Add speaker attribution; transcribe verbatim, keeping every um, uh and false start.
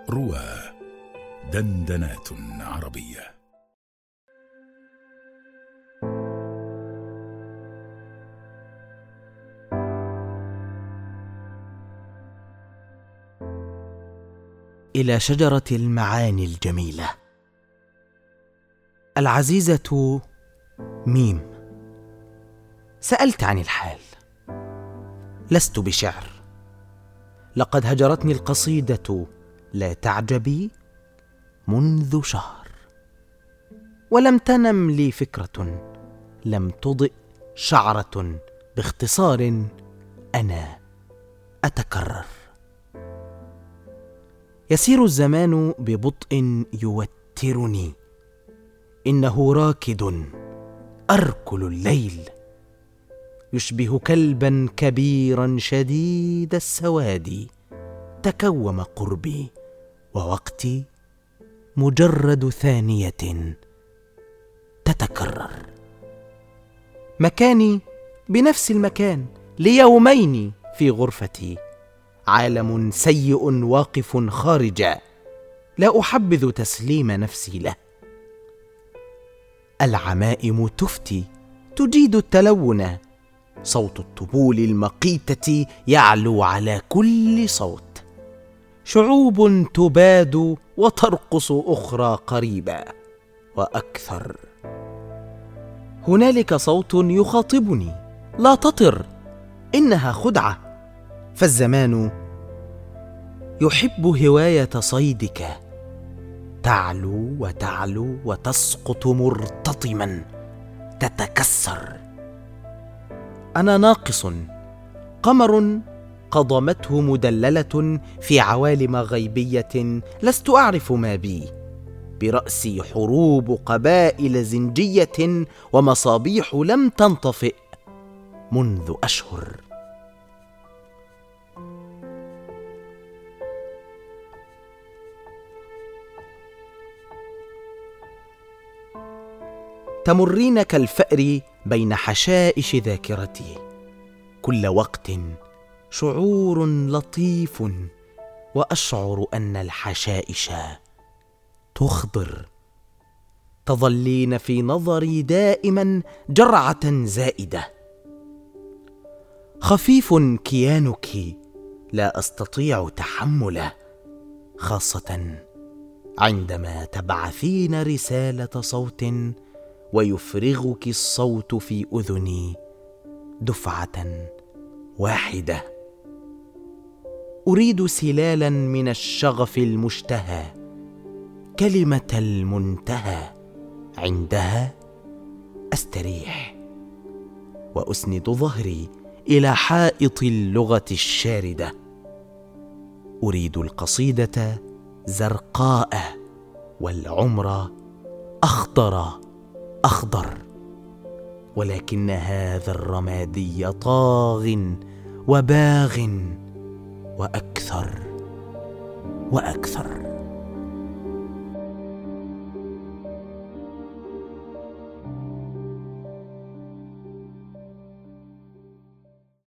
Speaker 1: روى دندنات عربية.
Speaker 2: إلى شجرة المعاني الجميلة. العزيزة ميم، سألت عن الحال. لست بشعر، لقد هجرتني القصيدة لا تعجبي منذ شهر، ولم تنم لي فكرة، لم تضئ شعرة، باختصار أنا أتكرر. يسير الزمان ببطء يوترني، إنه راكد أركل الليل، يشبه كلبا كبيرا شديد السواد، تكوم قربي ووقتي مجرد ثانية تتكرر. مكاني بنفس المكان ليومين في غرفتي، عالم سيء واقف خارجا، لا أحبذ تسليم نفسي له. العمائم تفتي تجيد التلون، صوت الطبول المقيتة يعلو على كل صوت، شعوب تباد وترقص أخرى قريبا وأكثر. هنالك صوت يخاطبني: لا تطر، إنها خدعة، فالزمان يحب هواية صيدك، تعلو وتعلو وتسقط مرتطما، تتكسر. أنا ناقص، قمر قضمته مدللة في عوالم غيبية لست أعرف ما بي، برأسي حروب قبائل زنجية ومصابيح لم تنطفئ منذ أشهر. تمرين كالفأر بين حشائش ذاكرتي، كل وقت شعور لطيف، وأشعر أن الحشائش تخضر. تظلين في نظري دائما جرعة زائدة. خفيف كيانك، لا أستطيع تحمله، خاصة عندما تبعثين رسالة صوت ويفرغك الصوت في أذني دفعة واحدة. أريد سلالا من الشغف المشتهى، كلمة المنتهى، عندها أستريح وأسند ظهري إلى حائط اللغة الشاردة. أريد القصيدة زرقاء، والعمر أخضر أخضر، ولكن هذا الرمادي طاغ وباغ وأكثر وأكثر.